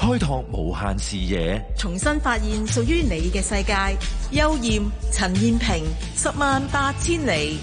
開拓無限視野， 重新發現屬於你嘅世界。邱艷、陳燕萍，108000里。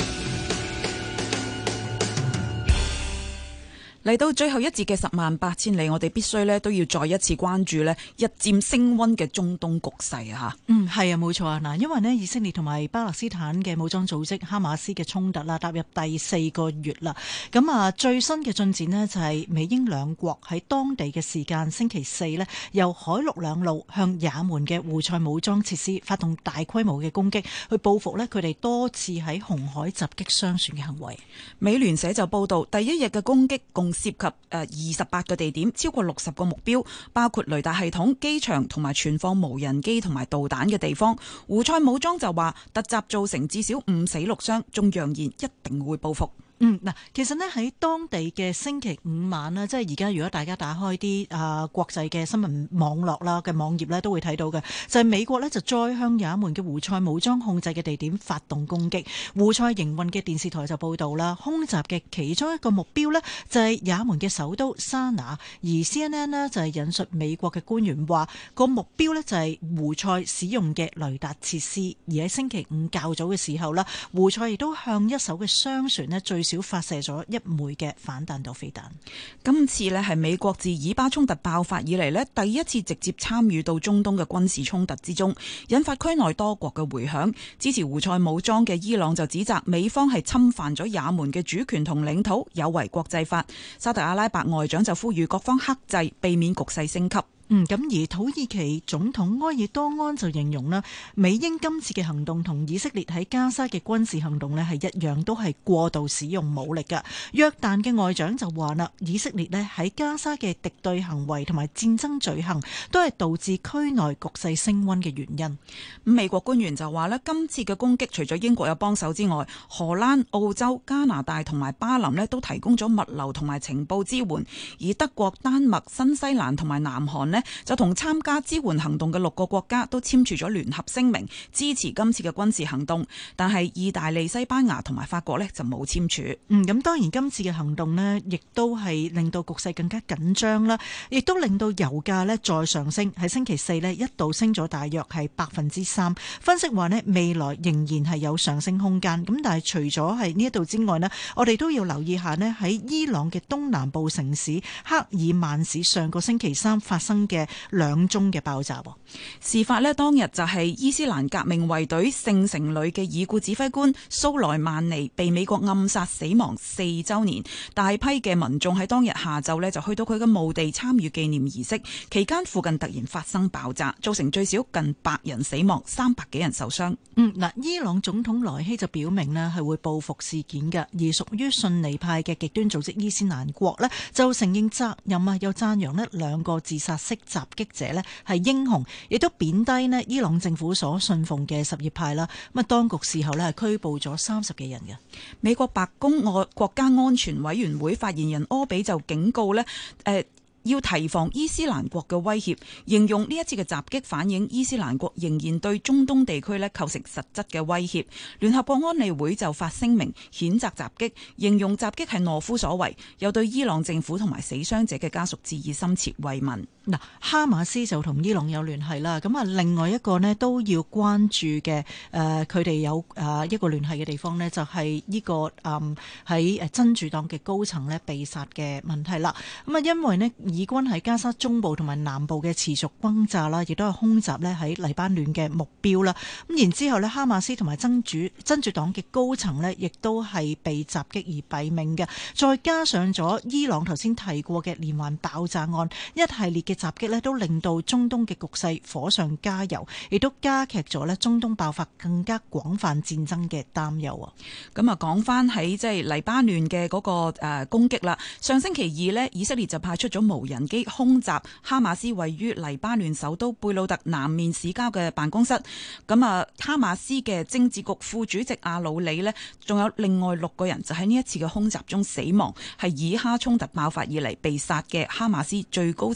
嚟到最後一節嘅108000里，我哋必須咧都要再一次關注咧日漸升溫嘅中東局勢啊！ 係啊，冇錯啊！嗱，因為呢，以色列同埋巴勒斯坦嘅武裝組織哈馬斯嘅衝突啦，踏入第4個月啦。咁啊，最新嘅進展呢，就係美英兩國喺當地嘅時間星期4呢，由海陸兩路向也門嘅胡塞武裝設施發動大規模嘅攻擊，去報復呢佢哋多次喺紅海襲擊商船嘅行為。 美聯社就報道，第一日嘅攻擊共涉及28個地點，超過60個目標，包括雷達系統、機場同埋存放無人機同埋導彈嘅地方。胡塞武裝就話突襲造成至少5死6傷，仲揚言一定會報復。 嗱，其實呢，喺當地嘅星期5晚啦，即係而家如果大家打開啲國際嘅新聞網絡啦嘅網頁呢，都會睇到嘅，就係美國呢，就再向也門嘅胡塞武裝控制嘅地點發動攻擊。胡塞營運嘅電視台就報道啦，空襲嘅其中一個目標呢，就係也門嘅首都沙那，而 CNN 呢，就係引述美國嘅官員話，個目標呢，就係胡塞使用嘅雷達設施。而喺星期5較早嘅時候啦，胡塞亦都向一艘嘅商船呢，最少發射咗1枚嘅反彈道飛彈。 今次呢係美國自以巴衝突爆發以嚟呢第一次直接參與到中東嘅軍事衝突之中，引發區內多國嘅迴響。支持胡塞武裝嘅伊朗就指責美方係侵犯咗也門嘅主權同領土，有違國際法。沙特阿拉伯外長就呼籲各方克制，避免局勢升級。 咁而土耳其總統埃爾多安就形容啦，美英今次嘅行動同以色列喺加沙嘅軍事行動呢係一樣，都係過度使用武力㗎。約旦嘅外長就話啦，以色列呢喺加沙嘅敵對行為同埋戰爭罪行，都係導致區內局勢升溫嘅原因。 美國官員就話呢，今次嘅攻擊除咗英國有幫手之外，荷蘭、澳洲、加拿大同埋巴林呢都提供咗物流同埋情報支援，而德國、丹麥、新西蘭同埋南韓呢就同參加支援行動嘅6個國家都簽署咗聯合聲明，支持今次嘅軍事行動。但係意大利、西班牙同埋法國呢就冇簽署。 咁當然今次嘅行動呢，亦都係令到局勢更加緊張啦，亦都令到油價呢再上升。喺星期4呢，一度升咗大約係3%。分析話呢，未來仍然係有上升空間。咁但係除咗係呢一度之外呢，我哋都要留意下呢，喺伊朗嘅東南部城市克爾曼市上個星期3發生嘅2宗嘅爆炸。 事發呢當日就係伊斯蘭革命衛隊聖城旅嘅已故指揮官蘇萊曼尼被美國暗殺死亡4週年，大批嘅民眾喺當日下晝呢就去到佢嘅墓地參與紀念儀式，期間附近突然發生爆炸，造成最少近100人死亡，300幾人受傷。 伊朗總統萊希就表明呢係會報復事件嘅，而屬於遜尼派嘅極端組織伊斯蘭國呢就承認責任啊，又讚揚呢2個自殺式襲擊者呢係英雄，亦都貶低呢伊朗政府所信奉嘅什葉派啦。咁當局事後呢係拘捕咗30幾人嘅。美國白宮國家安全委員會發言人柯比就警告呢要提防伊斯蘭國嘅威脅，形容呢一次嘅襲擊反映伊斯蘭國仍然對中東地區構成實質嘅威脅。聯合國安理會就發聲明譴責襲擊，形容襲擊係懦夫所為，又對伊朗政府同埋死傷者嘅家屬致以深切慰問。 哈馬斯就同伊朗有聯繫啦，咁另外一個呢都要關注嘅，佢哋有一個聯繫嘅地方呢，就係呢個喺真主黨嘅高層呢被殺嘅問題啦。咁因為呢以軍喺加沙中部同埋南部嘅持續轟炸啦，亦都係空襲呢喺黎巴嫩嘅目標啦。咁然之後呢，哈馬斯同埋真主黨嘅高層呢，亦都係被襲擊而斃命嘅。再加上咗伊朗頭先提過嘅連環爆炸案，一系列嘅襲擊呢，都令到中東嘅局勢火上加油，亦都加劇咗呢中東爆發更加廣泛戰爭嘅擔憂啊！ 咁講翻喺即係黎巴嫩嘅嗰個攻擊啦。上星期2呢，以色列就派出咗無人機空襲哈馬斯位於黎巴嫩首都貝魯特南面市郊嘅辦公室。哈馬斯嘅政治局副主席阿魯里呢，仲有另外6個人就喺呢一次嘅空襲中死亡，係以哈衝突爆發以嚟被殺嘅哈馬斯最高層成員。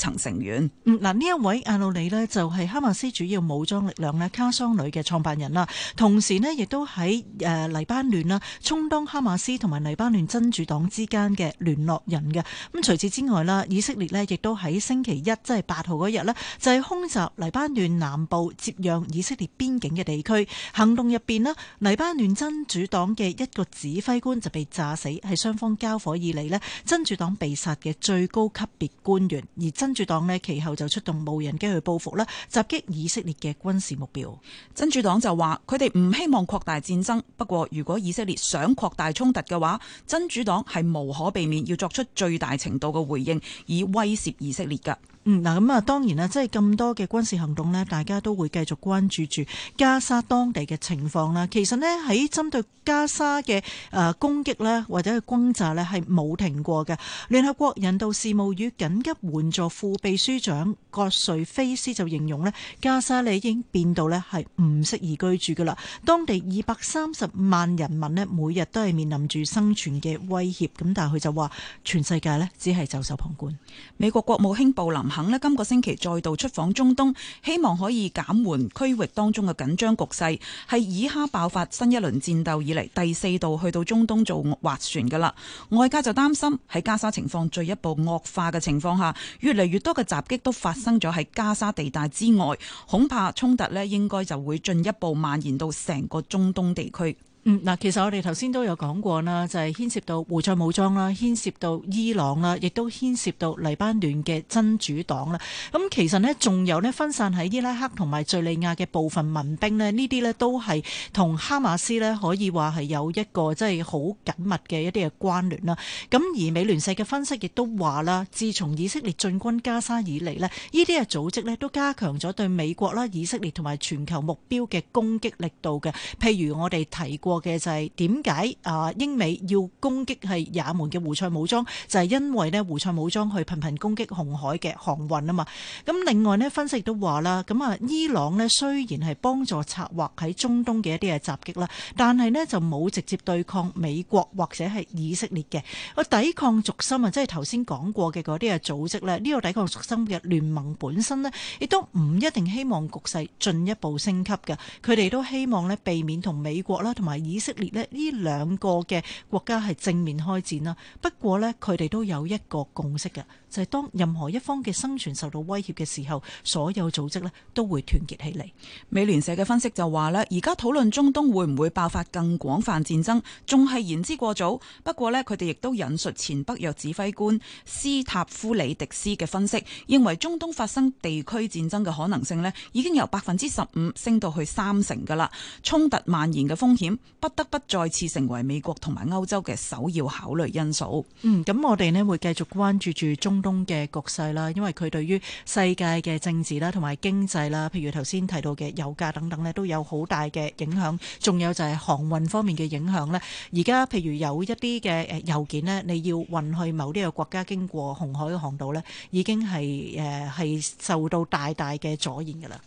員。 嗱，呢一位阿魯里呢，就係哈馬斯主要武裝力量呢卡桑旅嘅創辦人啦，同時呢，亦都喺黎巴嫩啦，充當哈馬斯同埋黎巴嫩真主黨之間嘅聯絡人嘅。咁除此之外啦，以色列呢，亦都喺星期一即係8號嗰日呢，就係空襲黎巴嫩南部接壤以色列邊境嘅地區。行動入邊呢，黎巴嫩真主黨嘅一個指揮官就被炸死，係雙方交火以嚟呢真主黨被殺嘅最高級別官員。而真主黨呢，其後就出動無人機去報復啦，襲擊以色列嘅軍事目標。 真主黨就話佢哋唔希望擴大戰爭，不過如果以色列想擴大衝突嘅話，真主黨係無可避免要作出最大程度嘅回應，以威懾以色列㗎。 嗱咁啊，當然啦，即係咁多嘅軍事行動呢，大家都會繼續關注住加沙當地嘅情況啦。其實呢，喺針對加沙嘅攻擊呢，或者係轟炸呢，係冇停過嘅。聯合國人道事務與緊急援助副秘書長葛瑞菲斯就形容呢，加沙呢已經變到呢係唔適宜居住㗎啦。當地230萬人民呢，每日都係面臨住生存嘅威脅。咁但係佢就話，全世界呢，只係袖手旁觀。 美國國務卿布林肯呢，今個星期再度出訪中東，希望可以減緩區域當中嘅緊張局勢，係以哈爆發新一輪戰鬥以嚟第4度去到中東做斡旋㗎啦。外界就擔心喺加沙情況進一步惡化嘅情況下，越嚟越多嘅襲擊都發生咗喺加沙地帶之外，恐怕衝突呢應該就會進一步蔓延到成個中東地區。 嗱，其實我哋頭先都有講過啦，就係牽涉到胡塞武裝啦，牽涉到伊朗啦，亦都牽涉到黎巴嫩嘅真主黨啦。咁其實呢，仲有呢分散喺伊拉克同埋敘利亞嘅部分民兵呢，呢啲呢都係同哈馬斯呢可以話係有一個即係好緊密嘅一啲嘅關聯啦。咁而美聯社嘅分析亦都話啦，自從以色列進軍加沙以嚟呢，呢啲嘅組織呢都加強咗對美國啦、以色列同埋全球目標嘅攻擊力度嘅。譬如我哋提過嘅就係點解英美要攻擊係也門嘅胡塞武裝，就係因為呢胡塞武裝去頻頻攻擊紅海嘅航運啊嘛。咁另外呢，分析都話啦，咁伊朗呢雖然係幫助策劃喺中東嘅一啲嘅襲擊啦，但係呢就冇直接對抗美國或者係以色列嘅。個抵抗軸心啊，即係頭先講過嘅嗰啲嘅組織呢，呢個抵抗軸心嘅聯盟本身呢，亦都唔一定希望局勢進一步升級嘅。佢哋都希望呢避免同美國啦同埋以色列呢兩個嘅國家係正面開戰啦。不過呢，佢哋都有一個共識嘅，就係當任何一方嘅生存受到威脅嘅時候，所有組織呢都會團結起嚟。 美聯社嘅分析就話呢，而家討論中東會唔會爆發更廣泛戰爭，仲係言之過早。不過呢，佢哋亦都引述前北約指揮官斯塔夫里迪斯嘅分析，認為中東發生地區戰爭嘅可能性呢已經由15%升到去30%㗎啦。衝突蔓延嘅風險不得不再次成為美國同埋歐洲嘅首要考慮因素。 咁我哋呢會繼續關注住中東嘅局勢啦，因為佢對於世界嘅政治啦同埋經濟啦，譬如頭先提到嘅油價等等呢都有好大嘅影響。仲有就係航運方面嘅影響呢。而家譬如有一啲嘅郵件呢，你要運去某啲嘅國家經過紅海嘅航道呢，已經係受到大大嘅阻延㗎啦。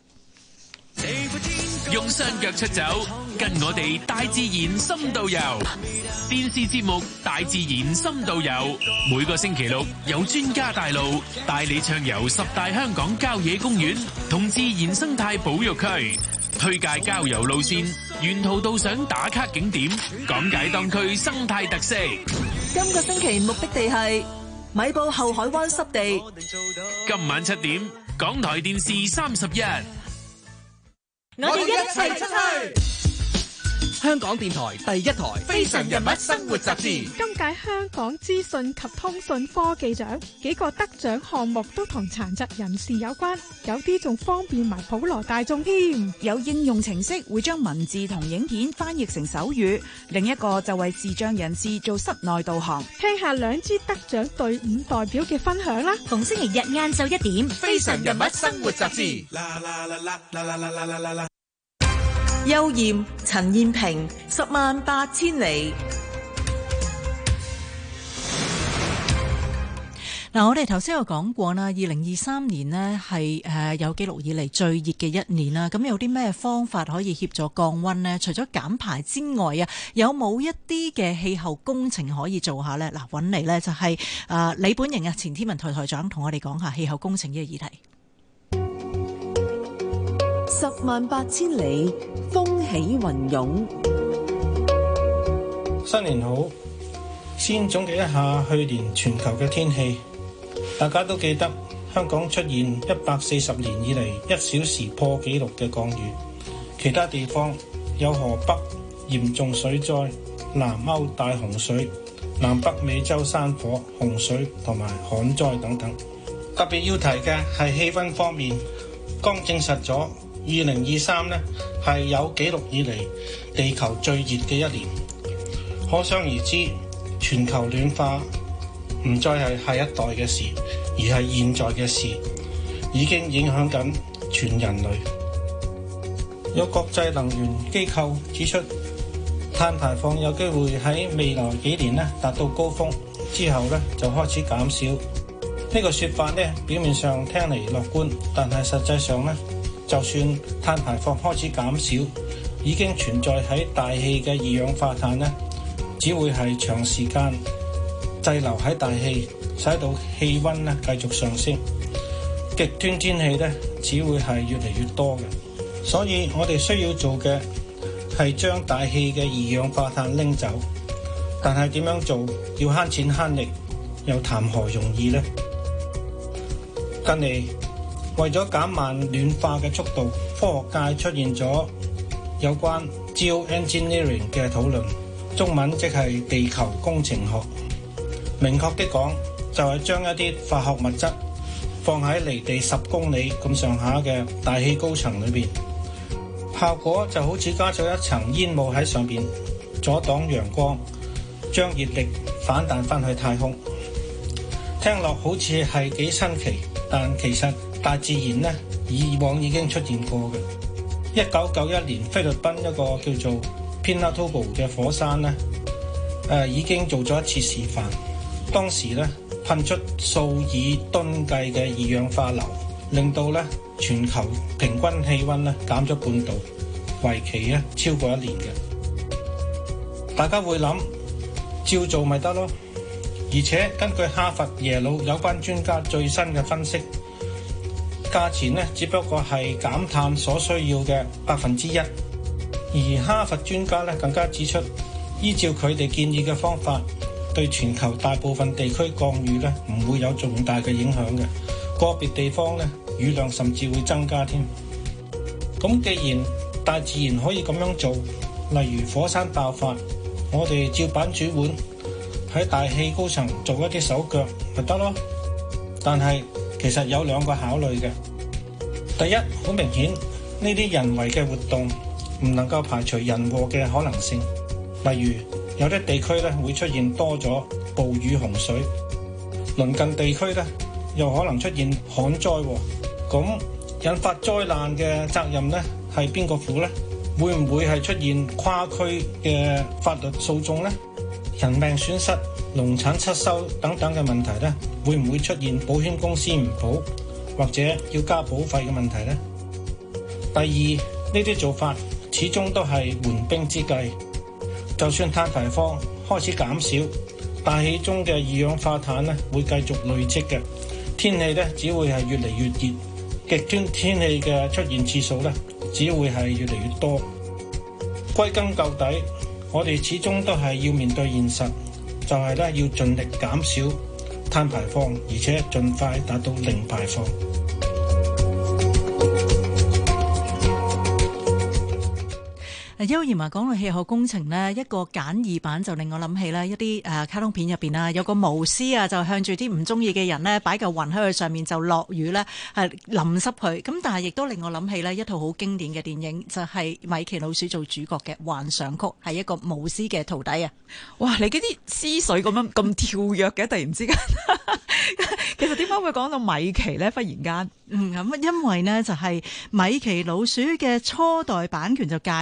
用雙腳出走，跟我哋大自然深度遊。電視節目《大自然深度遊》，每個星期六有專家帶路，帶你暢遊10大香港郊野公園同自然生態保育區，推介郊遊路線，沿途到賞打卡景點，講解當區生態特色。 今個星期目的地係米埔後海灣濕地。 今晚7點，港台電視31。 我哋一齊出去。 香港電台第一台《非常人物生活雜誌》 今屆香港資訊及通訊科技獎幾個得獎項目都同殘疾人士有關，有啲仲方便埋普羅大眾添。 有應用程式會將文字同影片翻譯成手語，另一個就為視障人士做室內導航。 聽下2支得獎隊伍代表嘅分享啦。 逢星期日晏晝1點，《 非常人物生活雜誌》。 邱艷、陳燕萍，108000里。 嗱，我哋頭先有講過啦，2023年呢係有紀錄以嚟最熱嘅一年啦。咁有啲咩方法可以協助降溫呢？除咗減排之外啊，有冇一啲嘅氣候工程可以做下呢？嗱，揾嚟呢就係李本瀅啊，前天文台台長同我哋講下氣候工程呢個議題。 108000里，風起雲湧。 新年好，先總結一下去年全球嘅天氣。大家都記得香港出現140年以嚟1小時破紀錄嘅降雨，其他地方有河北嚴重水災、南歐大洪水、南北美洲山火、洪水同埋旱災等等。特別要提嘅係氣温方面，剛證實咗2023呢係有紀錄以嚟地球最熱嘅一年。可想而知，全球暖化唔再係下一代嘅事，而係現在嘅事，已經影響緊全人類。有國際能源機構指出，碳排放有機會喺未來幾年達到高峰，之後就開始減少。呢個說法表面上聽嚟樂觀，但係實際上就算碳排放開始減少，已經存在喺大氣嘅二氧化碳只會係長時間滯留喺大氣，使到氣溫繼續上升，極端天氣只會係越嚟越多嘅。所以我哋需要做嘅係將大氣嘅二氧化碳拎走，但係點樣做？要慳錢慳力，又談何容易呢？近嚟為咗減慢暖化嘅速度，科學界出現咗有關 geoengineering 嘅討論。中文即係地球工程學，明確啲講，就係將一啲化學物質放喺離地10公里咁上下嘅大氣高層裏邊，效果就好似加咗一層煙霧喺上邊，阻擋陽光，將熱力反彈翻去太空。聽落好似係幾新奇，但其實大自然以往已經出現過嘅。1991年菲律賓一個叫做Pinatubo 嘅火山已經做咗一次示範，當時噴出數以噸計嘅二氧化硫，令到全球平均氣温減咗半度，為期超過1年嘅。大家會諗照做咪得咯？而且根據哈佛耶魯有關專家最新嘅分析，價錢只不過係減碳所需要嘅1%。而哈佛專家更加指出，依照佢哋建議嘅方法，對全球大部分地區降雨唔會有重大嘅影響嘅，個別地方雨量甚至會增加添。咁既然大自然可以咁樣做，例如火山爆發，我哋照板煮碗喺大氣高層做一啲手腳咪得咯。但係其實有2個考慮嘅。第一，好明顯呢啲人為嘅活動唔能夠排除人禍嘅可能性，例如有啲地區會出現多咗暴雨洪水，鄰近地區又可能出現旱災，咁引發災難嘅責任係邊個負呢？會唔會係出現跨區嘅法律訴訟呢？人命損失、農產失收等等嘅問題會唔會出現保險公司唔保或者要加保費嘅問題呢？第二，呢啲做法始終都係緩兵之計，就算碳排放開始減少，大氣中嘅二氧化碳會繼續累積嘅，天氣只會係越嚟越熱，極端天氣嘅出現次數只會係越嚟越多。歸根究底，我哋始終都係要面對現實，就係要盡力減少碳排放，而且盡快達到零排放。 邱賢華講到氣候工程呢，一個簡易版就令我諗起一啲卡通片入邊啊，有個巫師就向住啲唔中意嘅人呢擺嚿雲喺佢上面，就落雨呢係淋濕佢。咁但係亦都令我諗起一套好經典嘅電影，就係米奇老鼠做主角嘅《幻想曲》，係一個巫師嘅徒弟啊！ 哇，你嗰啲思緒咁跳躍嘅，突然之間。其實點解會講到米奇呢？忽然間， 咁因為呢就係米奇老鼠嘅初代版權就屆滿啦。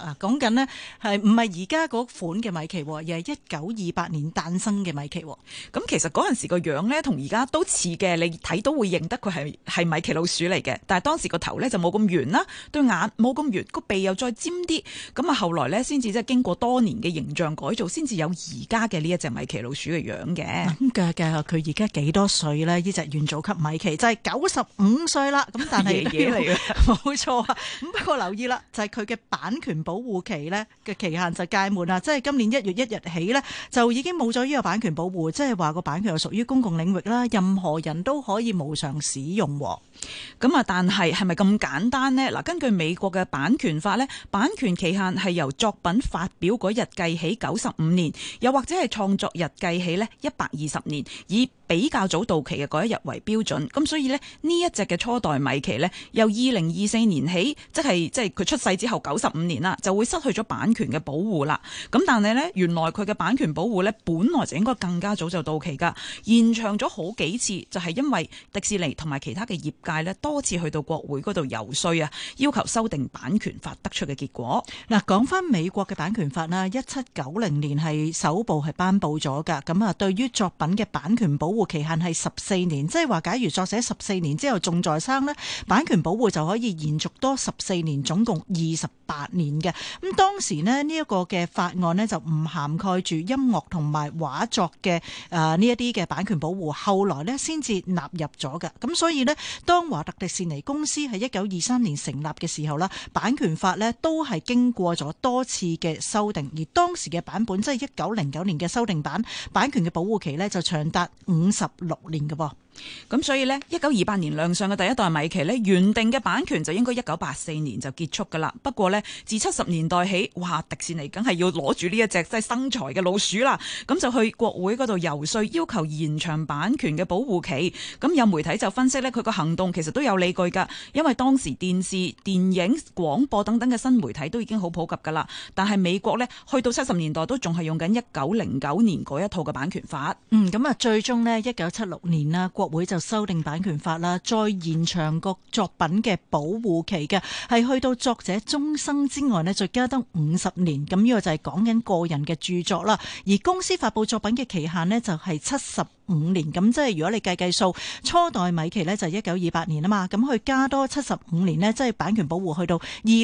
啊，講緊呢係唔係而家嗰款嘅米奇，而係1928年誕生嘅米奇。 咁其實嗰陣時個樣咧，同而家都似嘅，你睇都會認得佢係米奇老鼠嚟嘅。但係當時個頭咧就冇咁圓啦，對眼冇咁圓，個鼻又再尖啲。咁啊，後來咧先至即係經過多年嘅形象改造，先至有而家嘅呢一隻米奇老鼠嘅樣嘅。 咁佢而家幾多歲咧？呢隻元祖級米奇就係95歲啦。咁但係爺爺嚟嘅， 冇錯啊。咁不過留意啦，就係佢嘅版權保護期咧嘅期限就屆滿啦，即係今年1月1日起咧就已經冇咗呢個版權保護，即係話個版權又屬於公共領域啦，任何人都可以無償使用。 咁啊，但係咪咁簡單呢？嗱，根據美國嘅版權法呢，版權期限係由作品發表嗰日計起95年，又或者係創作日計起呢120年，以比較早到期嘅嗰一日為標準。咁所以呢一隻嘅初代米奇呢，由2024年起，即係佢出世之後95年啦，就會失去咗版權嘅保護啦。咁但係呢，原來佢嘅版權保護呢，本來就應該更加早就到期㗎，延長咗好幾次，就係因為迪士尼同埋其他嘅業界呢，多次去到國會嗰度游說啊，要求修訂版權法得出嘅結果。 嗱，講翻美國嘅版權法啦，1790年係首部係頒布咗㗎。咁啊，對於作品嘅版權保護期限係14年，即係話假如作者14年之後仲在生呢，版權保護就可以延續多14年，總共28年嘅。咁當時呢一個嘅法案呢，就唔涵蓋住音樂同埋畫作嘅呢一啲嘅版權保護，後來呢先至納入咗㗎。咁所以呢，當華特迪士尼公司喺1923年成立嘅時候啦，版權法呢都係經過咗多次嘅修訂，而當時嘅版本即係1909年嘅修訂版，版權嘅保護期呢就長達56年嘅噃。 咁所以呢，1928年亮相嘅第一代米奇呢，原定嘅版權就應該1984年就結束噶啦。不過呢，自70年代起，哇，迪士尼梗係要攞住呢一隻即係生財嘅老鼠啦。咁就去國會嗰度游說，要求延長版權嘅保護期。咁有媒體就分析呢，佢個行動其實都有理據噶，因為當時電視、電影、廣播等等嘅新媒體都已經好普及噶啦。但係美國呢，去到70年代都仲係用緊1909年嗰一套嘅版權法。 咁啊，最終呢，1976年啦，國會就修訂版權法啦，再延長個作品嘅保護期嘅，係去到作者終生之外呢，再加多50年。咁呢個就係講緊個人嘅著作啦。而公司發佈作品嘅期限呢，就係75年。咁即係如果你計數，初代米奇呢就1928年啊嘛，咁佢加多75年呢，即係版權保護去到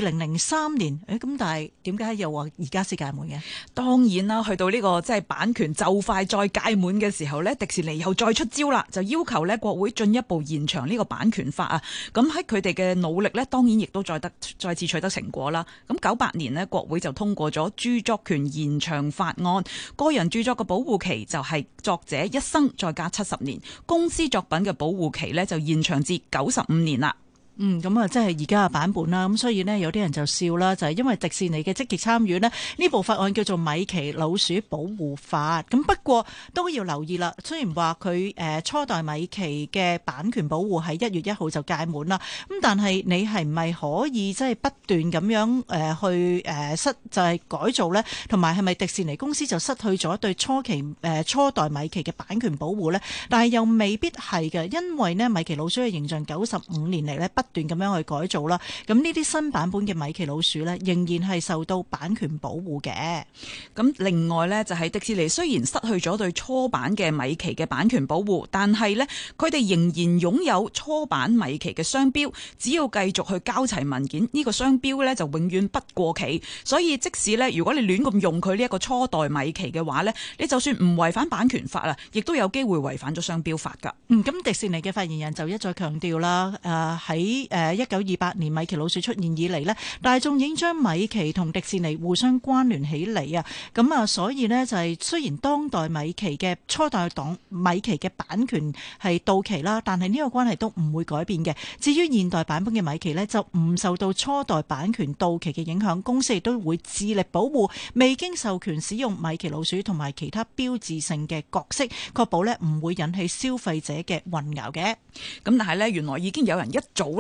2003年。咁但係點解又話而家先屆滿嘅？當然啦， 去到呢個即係版權就快再屆滿嘅時候呢，迪士尼又再出招啦，就要求呢國會進一步延長呢個版權法啊。咁喺佢哋嘅努力呢，當然亦都再次取得成果啦。咁98年呢，國會就通過咗著作權延長法案，個人著作嘅保護期就係作者一生再加70年，公司作品嘅保護期呢，就延長至95年啦。 咁啊，即係而家嘅版本啦。咁所以呢，有啲人就笑啦，就係因為迪士尼嘅積極參與呢，呢部法案叫做米奇老鼠保護法。咁不過都要留意啦。雖然話佢初代米奇嘅版權保護喺1月1號就屆滿啦，咁但係你係唔係可以即係不斷咁樣去就係改造呢？同埋係咪迪士尼公司就失去咗對初代米奇嘅版權保護呢？但係又未必係嘅，因為呢米奇老鼠嘅形象95年嚟呢，不斷咁樣去改造啦，咁呢啲新版本嘅米奇老鼠呢，仍然係受到版權保護嘅。 咁另外呢，就係迪士尼雖然失去咗對初版嘅米奇嘅版權保護，但係呢，佢哋仍然擁有初版米奇嘅商標，只要繼續去交齊文件，呢個商標呢就永遠不過期。所以即使呢，如果你亂咁用佢呢一個初代米奇嘅話呢，你就算唔違反版權法啊，亦都有機會違反咗商標法㗎。 咁迪士尼嘅發言人就一再強調啦，喺1928年米奇老鼠出現以嚟呢，大眾已經將米奇同迪士尼互相關聯起嚟啊！咁啊，所以呢，就係雖然當代米奇嘅初代米奇嘅版權係到期啦，但係呢個關係都唔會改變嘅。至於現代版本嘅米奇呢，就唔受到初代版權到期嘅影響，公司亦都會致力保護未經授權使用米奇老鼠同埋其他標誌性嘅角色，確保呢唔會引起消費者嘅混淆嘅。 咁但係呢，原來已經有人一早呢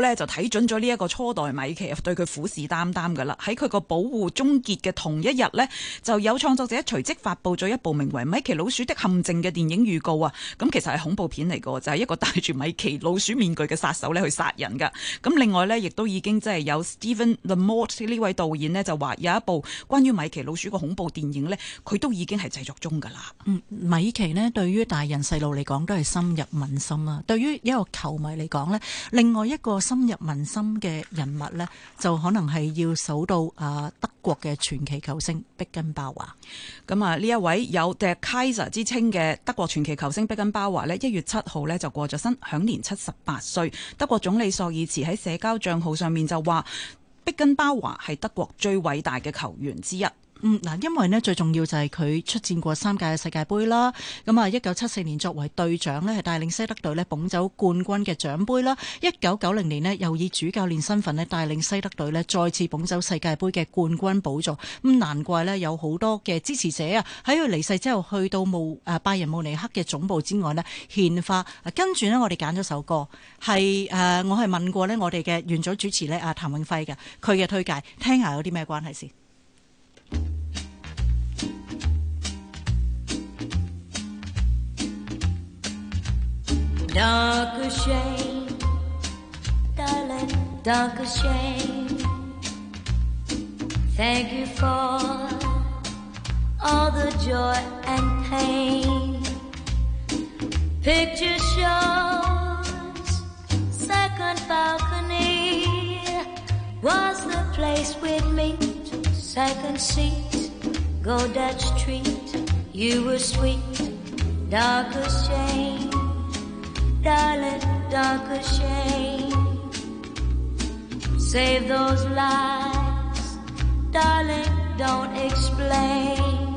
呢就睇準咗呢一個初代米奇，對佢虎視眈眈㗎啦。喺佢個保護終結嘅同一日呢，就有創作者隨即發布咗一部名為《米奇老鼠的陷阱》嘅電影預告啊！咁其實係恐怖片嚟㗎，就係一個戴住米奇老鼠面具嘅殺手呢去殺人㗎。咁另外呢，亦都已經即係有 Steven Lamort 呢位導演呢，就話有一部關於米奇老鼠嘅恐怖電影呢，佢都已經係製作中㗎啦。 米奇呢對於大人細路嚟講都係深入民心啊！對於一個球迷嚟講呢，另外一個深入民心嘅人物呢，就可能係要數到德國嘅傳奇球星碧根包華。 咁啊，呢一位有 Der Kaiser 之稱嘅德國傳奇球星碧根包華呢，1月7號呢就過咗身，享年78歲。德國總理朔爾茨喺社交賬號上面就話，碧根包華係德國最偉大嘅球員之一。 因為呢最重要就係佢出戰過3屆嘅世界盃啦。咁啊，1974年作為隊長呢，係帶領西德隊呢捧走冠軍嘅獎盃啦。1990年呢，又以主教練身份呢帶領西德隊呢再次捧走世界盃嘅冠軍寶座。咁難怪呢有好多嘅支持者啊，喺佢離世之後去到拜仁慕尼黑嘅總部之外呢獻花。跟住呢，我哋揀咗首歌，係我係問過呢我哋嘅原組主持呢譚永輝嘅，佢嘅推介，聽下有啲咩關係先。 Danke schön, darling, danke schön. Thank you for all the joy and pain. Picture shows, second balcony was the place we'd meet. Second seat, go Dutch treat. You were sweet, danke schön.Darling, danke schön. Save those lies, darling, don't explain.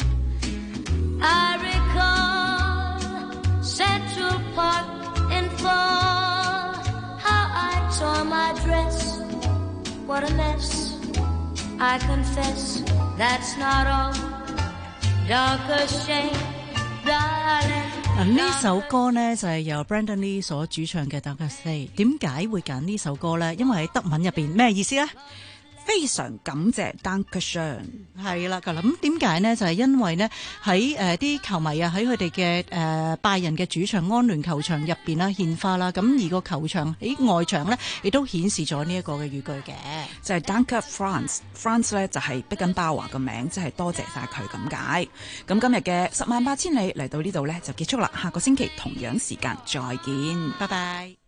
I recall Central Park in fall, how I tore my dress, what a mess. I confess that's not all. Danke schön, darling. 呢首歌呢，就係由 Brandon Lee 所主唱嘅 Danke schön。點解會揀呢首歌呢？因為喺德文入邊咩意思呢？ 非常感謝 Danke schön。 係啦，咁點解呢？就係因為呢，喺啲球迷啊喺佢哋嘅拜仁嘅主場安聯球場入邊啦獻花啦，咁而個球場喺外場呢，亦都顯示咗呢一個嘅語句嘅， 就係 Danke France。France 咧就係碧根包華嘅名，即係多謝晒佢咁解。咁今日嘅108000里嚟到呢度呢，就結束啦，下個星期同樣時間再見， 拜拜。